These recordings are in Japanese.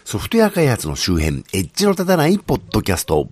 ソフトウェア開発の周辺、エッジの立たないポッドキャスト。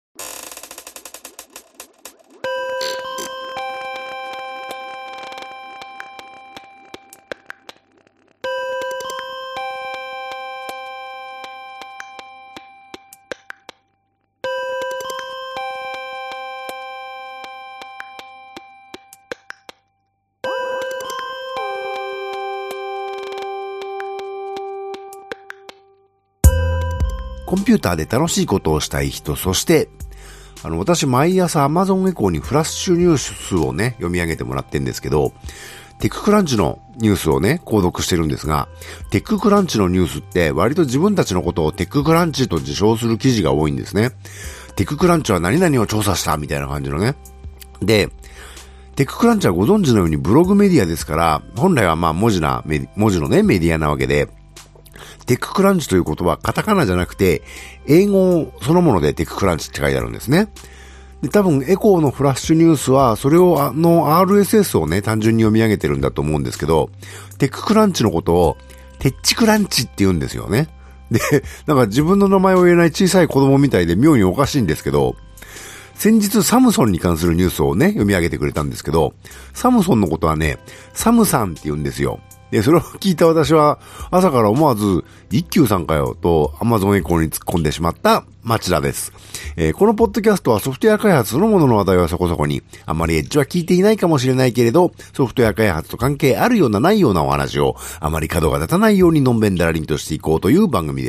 コンピューターで楽しいことをしたい人、そして、私毎朝 Amazon エコーにフラッシュニュースをね、読み上げてもらってるんですけど、テッククランチのニュースをね、購読してるんですが、テッククランチのニュースって割と自分たちのことをテッククランチと自称する記事が多いんですね。テッククランチは何々を調査したみたいな感じのね。で、テッククランチはご存知のようにブログメディアですから、本来は文字のね、メディアなわけで、テッククランチという言葉はカタカナじゃなくて、英語そのものでテッククランチって書いてあるんですね。で、多分エコーのフラッシュニュースは、それをRSS をね、単純に読み上げてるんだと思うんですけど、テッククランチのことを、テッチクランチって言うんですよね。で、なんか自分の名前を言えない小さい子供みたいで妙におかしいんですけど、先日サムソンに関するニュースをね、読み上げてくれたんですけど、サムソンのことはね、サムさんって言うんですよ。で、それを聞いた私は、朝から思わず、一休さんかよ、と Amazon エコーに突っ込んでしまった町田です。このポッドキャストはソフトウェア開発そのものの話題はそこそこに、あまりエッジは聞いていないかもしれないけれど、ソフトウェア開発と関係あるようなないようなお話を、あまり角が立たないようにのんべんだらりんとしていこうという番組です。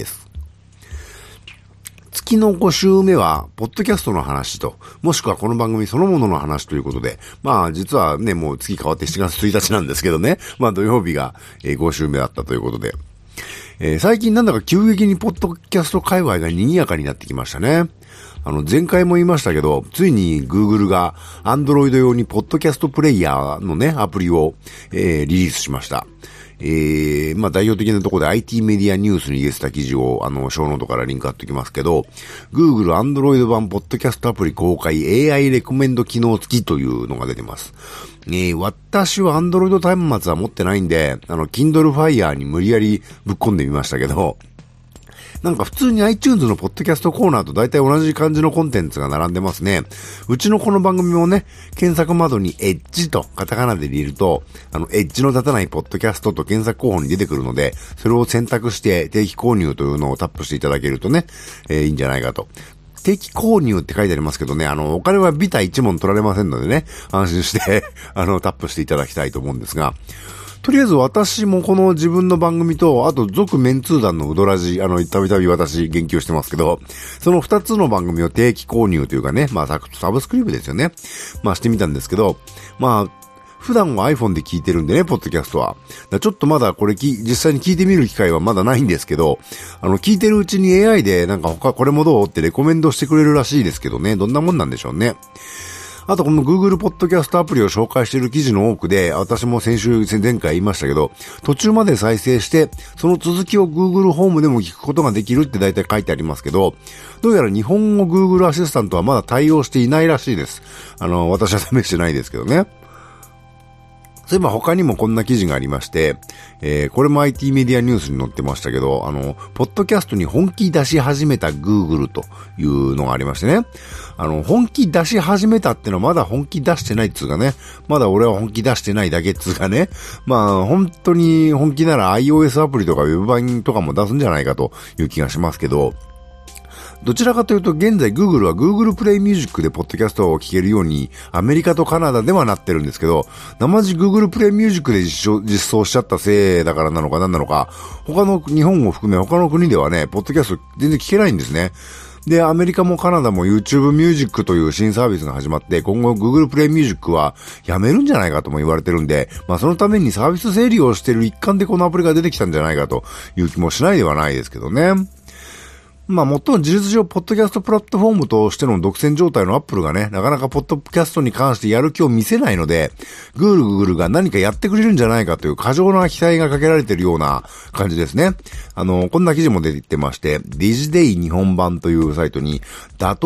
月の5週目は、ポッドキャストの話と、もしくはこの番組そのものの話ということで、実はね、もう月変わって7月1日なんですけどね、土曜日が5週目だったということで、最近なんだか急激にポッドキャスト界隈が賑やかになってきましたね。前回も言いましたけど、ついに Google が Android 用にポッドキャストプレイヤーのね、アプリを、リリースしました。代表的なところで IT メディアニュースに入れてた記事を、ショーノートからリンク貼っておきますけど、Google Android 版ポッドキャストアプリ公開 AI レコメンド機能付きというのが出てます。私は Android 端末は持ってないんで、Kindle Fire に無理やりぶっ込んでみましたけど、なんか普通に iTunes のポッドキャストコーナーと大体同じ感じのコンテンツが並んでますね。うちのこの番組もね、検索窓にエッジとカタカナで入れると、エッジの立たないポッドキャストと検索候補に出てくるので、それを選択して定期購入というのをタップしていただけるとね、いいんじゃないかと。定期購入って書いてありますけどね、お金はビタ1問取られませんのでね、安心してタップしていただきたいと思うんですが、とりあえず私もこの自分の番組と、あと続メンツー団のウドラジ、たびたび私言及してますけど、その2つの番組を定期購入というかね、サブスクリプですよね。してみたんですけど、普段は iPhone で聞いてるんでね、ポッドキャストは。ちょっとまだこれ実際に聞いてみる機会はまだないんですけど、聞いてるうちに AI でなんか他これもどうってレコメンドしてくれるらしいですけどね、どんなもんなんでしょうね。あとこの Google ポッドキャストアプリを紹介している記事の多くで、私も前回言いましたけど、途中まで再生して、その続きを Google ホームでも聞くことができるって大体書いてありますけど、どうやら日本語 Google アシスタントはまだ対応していないらしいです。私は試してないですけどね。そういえば他にもこんな記事がありまして、これも IT メディアニュースに載ってましたけど、ポッドキャストに本気出し始めた Google というのがありましてね。本気出し始めたってのはまだ本気出してないっつうかね。まだ俺は本気出してないだけっつうかね。本当に本気なら iOS アプリとか Web 版とかも出すんじゃないかという気がしますけど、どちらかというと現在 Google は Google プレイミュージックでポッドキャストを聴けるようにアメリカとカナダではなってるんですけど、生地 Google プレイミュージックで実装しちゃったせいだからなのか何なのか、他の日本を含め他の国ではね、ポッドキャスト全然聞けないんですね。で、アメリカもカナダも YouTube ミュージックという新サービスが始まって、今後 Google プレイミュージックはやめるんじゃないかとも言われてるんで、そのためにサービス整理をしている一環でこのアプリが出てきたんじゃないかという気もしないではないですけどね。最も事実上、ポッドキャストプラットフォームとしての独占状態のアップルがね、なかなかポッドキャストに関してやる気を見せないので、Google が何かやってくれるんじゃないかという過剰な期待がかけられているような感じですね。こんな記事も出てまして、ディジデイ日本版というサイトに、打倒アップ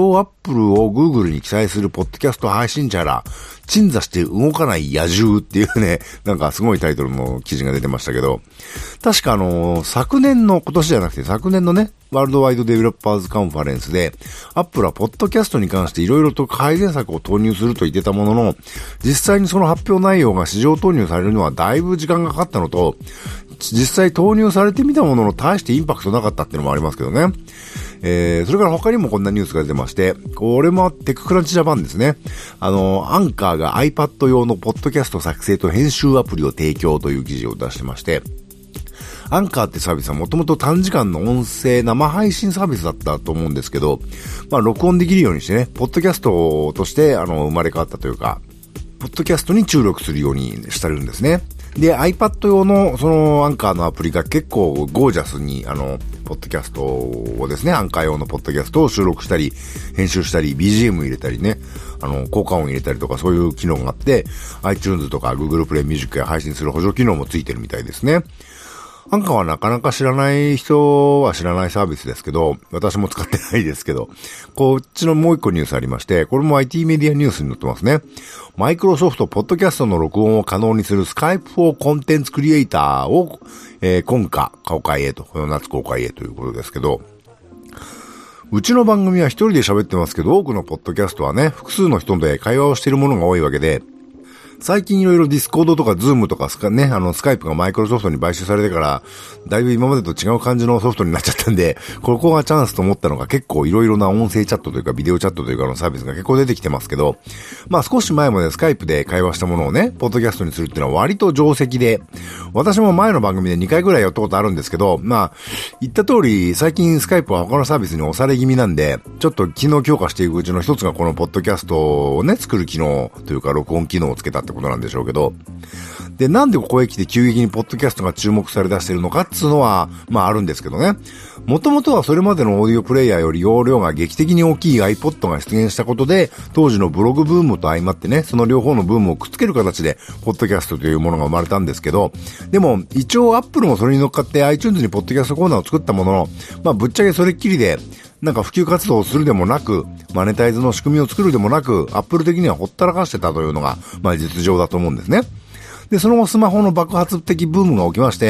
Apple を Google に記載するポッドキャスト配信者ら、鎮座して動かない野獣っていうね、なんかすごいタイトルの記事が出てましたけど、確か今年じゃなくて昨年のね、ワールドワイドデベロッパーズカンファレンスで、Apple はポッドキャストに関していろいろと改善策を投入すると言ってたものの、実際にその発表内容が市場投入されるのはだいぶ時間がかかったのと、実際投入されてみたものの大してインパクトなかったっていうのもありますけどね。それから他にもこんなニュースが出てまして、これもテッククランチジャパンですね。アンカーが iPad 用のポッドキャスト作成と編集アプリを提供という記事を出してまして、アンカーってサービスはもともと短時間の音声生配信サービスだったと思うんですけど、録音できるようにしてね、ポッドキャストとして生まれ変わったというか、ポッドキャストに注力するようにしてるんですね。で、iPad 用のそのアンカーのアプリが結構ゴージャスにポッドキャストをですね、アンカー用のポッドキャストを収録したり、編集したり、BGM 入れたりね、効果音入れたりとかそういう機能があって、iTunes とか Google Play Music や配信する補助機能もついてるみたいですね。アンカーはなかなか知らない人は知らないサービスですけど、私も使ってないですけど、こっちのもう一個ニュースありまして、これも IT メディアニュースに載ってますね。マイクロソフトポッドキャストの録音を可能にする Skype for コンテンツクリエイターを、今夏公開へと、この夏公開へということですけど、うちの番組は一人で喋ってますけど、多くのポッドキャストはね、複数の人で会話をしているものが多いわけで、最近いろいろディスコードとかズームとかスカイプがマイクロソフトに買収されてから、だいぶ今までと違う感じのソフトになっちゃったんで、ここがチャンスと思ったのが結構いろいろな音声チャットというかビデオチャットというかのサービスが結構出てきてますけど、少し前までスカイプで会話したものをね、ポッドキャストにするっていうのは割と定石で、私も前の番組で2回ぐらいやったことあるんですけど、言った通り最近スカイプは他のサービスに押され気味なんで、ちょっと機能強化していくうちの一つがこのポッドキャストをね、作る機能というか録音機能をつけたってことなんでしょうけど、で、なんでここへ来て急激にポッドキャストが注目され出しているのかっていうのは、あるんですけどね。もともとはそれまでのオーディオプレイヤーより容量が劇的に大きい iPod が出現したことで、当時のブログブームと相まってね、その両方のブームをくっつける形で、ポッドキャストというものが生まれたんですけど、でも、一応 Apple もそれに乗っかって iTunes にポッドキャストコーナーを作ったものの、ぶっちゃけそれっきりで、なんか普及活動をするでもなく、マネタイズの仕組みを作るでもなく、Apple 的にはほったらかしてたというのが、実情だと思うんですね。で、その後スマホの爆発的ブームが起きまして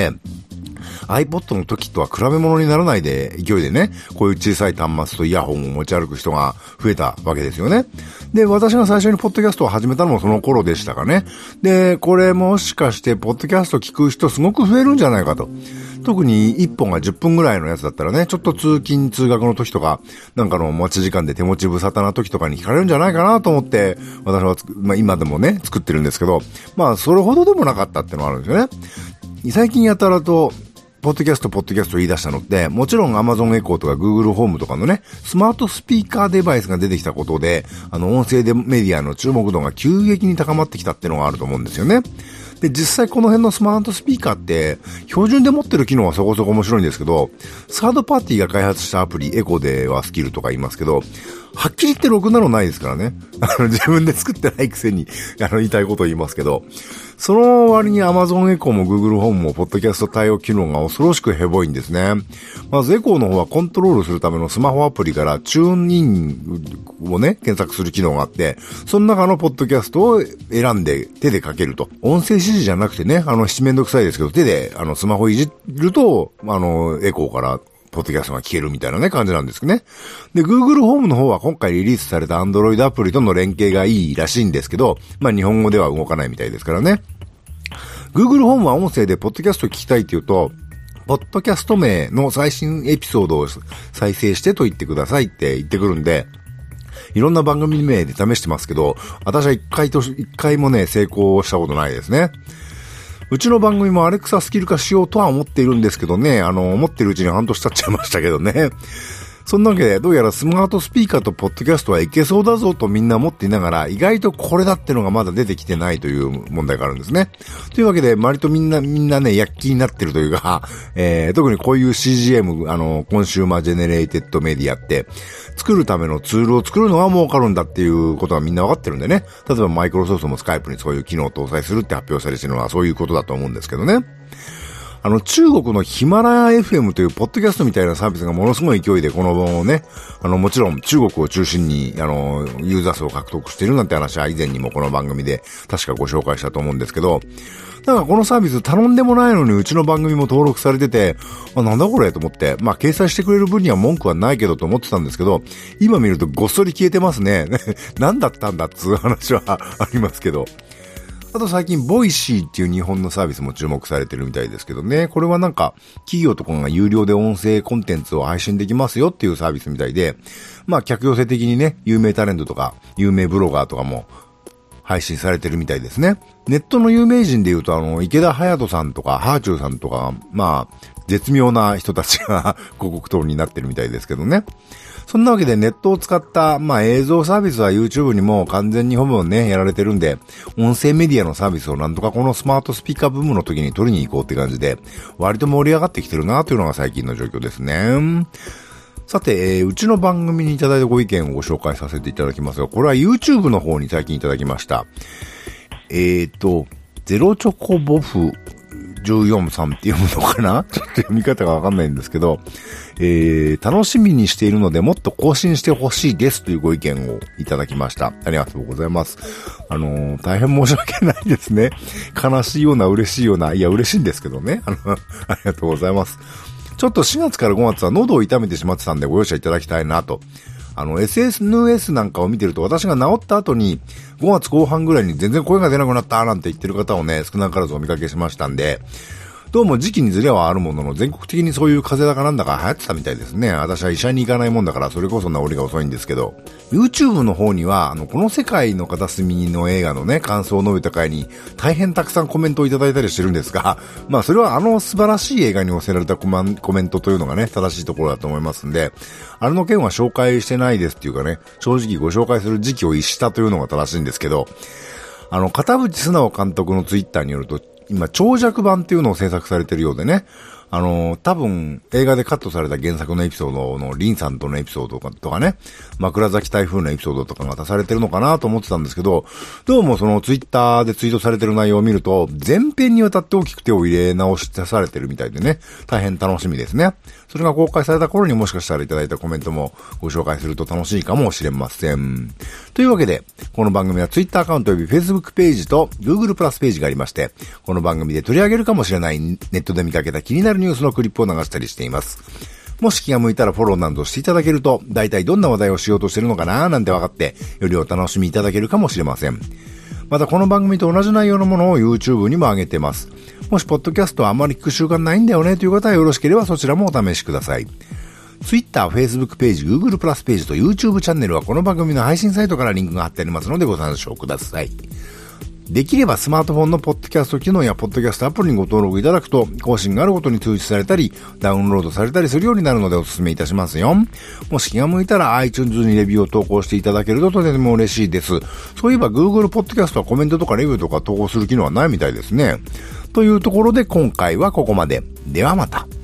、iPod の時とは比べ物にならない勢いでね、こういう小さい端末とイヤホンを持ち歩く人が増えたわけですよね。で、私が最初にポッドキャストを始めたのもその頃でしたかね。で、これもしかしてポッドキャスト聞く人すごく増えるんじゃないかと。特に1本が10分ぐらいのやつだったらね、ちょっと通勤通学の時とか、なんかの待ち時間で手持ち無沙汰な時とかに聞かれるんじゃないかなと思って、私は今でもね、作ってるんですけど、それほどでもなかったってのがあるんですよね。最近やたらと、ポッドキャスト言い出したのって、もちろん Amazon Echo とか Google Home とかのね、スマートスピーカーデバイスが出てきたことで、音声メディアの注目度が急激に高まってきたっていうのがあると思うんですよね。で、実際この辺のスマートスピーカーって、標準で持ってる機能はそこそこ面白いんですけど、サードパーティーが開発したアプリ、エコではスキルとか言いますけど、はっきり言ってろくなのないですからね。自分で作ってないくせに、言いたいことを言いますけど、その割に Amazon Echo も Google Home もポッドキャスト対応機能が恐ろしくヘボいんですね。まず Echo の方はコントロールするためのスマホアプリからチューンインをね、検索する機能があって、その中のポッドキャストを選んで手でかけると。音声指示じゃなくてね、めんどくさいですけど、手でスマホいじると、Echo からポッドキャストが聞けるみたいなね、感じなんですね。で、Google Home の方は今回リリースされた Android アプリとの連携がいいらしいんですけど、日本語では動かないみたいですからね。Google Home は音声でポッドキャスト聞きたいって言うと、ポッドキャスト名の最新エピソードを再生してと言ってくださいって言ってくるんで、いろんな番組名で試してますけど、私は一回もね、成功したことないですね。うちの番組もアレクサスキル化しようとは思っているんですけどね、思ってるうちに半年経っちゃいましたけどね。そんなわけで、どうやらスマートスピーカーとポッドキャストはいけそうだぞとみんな思っていながら、意外とこれだってのがまだ出てきてないという問題があるんですね。というわけで、割とみんなね、躍起になってるというか、特にこういう CGM、コンシューマージェネレイテッドメディアって、作るためのツールを作るのが儲かるんだっていうことはみんな分かってるんでね。例えばマイクロソフトもスカイプにそういう機能を搭載するって発表されてるのはそういうことだと思うんですけどね。 中国のヒマラヤ FM というポッドキャストみたいなサービスがものすごい勢いでこの本をね、もちろん中国を中心に、ユーザー数を獲得しているなんて話は以前にもこの番組で確かご紹介したと思うんですけど、だからこのサービス頼んでもないのにうちの番組も登録されてて、なんだこれと思って、掲載してくれる分には文句はないけどと思ってたんですけど、今見るとごっそり消えてますね。何だったんだっつう話はありますけど。あと最近、ボイシーっていう日本のサービスも注目されてるみたいですけどね。これはなんか、企業とかが有料で音声コンテンツを配信できますよっていうサービスみたいで、客寄せ的にね、有名タレントとか、有名ブロガーとかも配信されてるみたいですね。ネットの有名人で言うと池田隼人さんとか、ハーチューさんとか、絶妙な人たちが広告塔になってるみたいですけどね。そんなわけでネットを使った、映像サービスは YouTube にも完全にほぼね、やられてるんで、音声メディアのサービスをなんとかこのスマートスピーカーブームの時に取りに行こうって感じで、割と盛り上がってきてるなというのが最近の状況ですね。さて、うちの番組にいただいたご意見をご紹介させていただきますが、これは YouTube の方に最近いただきました。ゼロチョコボフ14さんって読むのかなちょっと読み方がわかんないんですけど、楽しみにしているのでもっと更新してほしいですというご意見をいただきました。ありがとうございます。大変申し訳ないですね。悲しいような嬉しいような、いや嬉しいんですけどね。ありがとうございます。ちょっと4月から5月は喉を痛めてしまってたんでご容赦いただきたいなと。SNS なんかを見てると私が治った後に5月後半ぐらいに全然声が出なくなったなんて言ってる方をね、少なからずお見かけしましたんで、どうも時期にずれはあるものの全国的にそういう風邪だかなんだか流行ってたみたいですね。私は医者に行かないもんだからそれこそ治りが遅いんですけど、YouTube の方にはこの世界の片隅の映画のね、感想を述べた回に大変たくさんコメントをいただいたりしてるんですが、それは素晴らしい映画に寄せられたコメントというのがね、正しいところだと思いますんで、あれの件は紹介してないですっていうかね、正直ご紹介する時期を逸したというのが正しいんですけど、片渕素直監督のツイッターによると、今、長尺版っていうのを制作されてるようでね、多分、映画でカットされた原作のエピソードのリンさんとのエピソードとかね、枕崎台風のエピソードとかが出されてるのかなと思ってたんですけど、どうもそのツイッターでツイートされてる内容を見ると、前編にわたって大きく手を入れ直し出されてるみたいでね、大変楽しみですね。それが公開された頃にもしかしたらいただいたコメントもご紹介すると楽しいかもしれません。というわけで、この番組は Twitter アカウント及び Facebook ページと Google プラスページがありまして、この番組で取り上げるかもしれないネットで見かけた気になるニュースのクリップを流したりしています。もし気が向いたらフォローなどしていただけると、大体どんな話題をしようとしてるのかななんて分かって、よりお楽しみいただけるかもしれません。またこの番組と同じ内容のものを YouTube にも上げてます。もしポッドキャストはあまり聞く習慣ないんだよねという方はよろしければそちらもお試しください。Twitter、Facebook ページ、Google プラスページと YouTube チャンネルはこの番組の配信サイトからリンクが貼ってありますのでご参照ください。できればスマートフォンのポッドキャスト機能やポッドキャストアプリにご登録いただくと更新があるごとに通知されたりダウンロードされたりするようになるのでお勧めいたしますよ。もし気が向いたら iTunes にレビューを投稿していただけるととても嬉しいです。そういえば Google ポッドキャストはコメントとかレビューとか投稿する機能はないみたいですね。というところで今回はここまで。ではまた。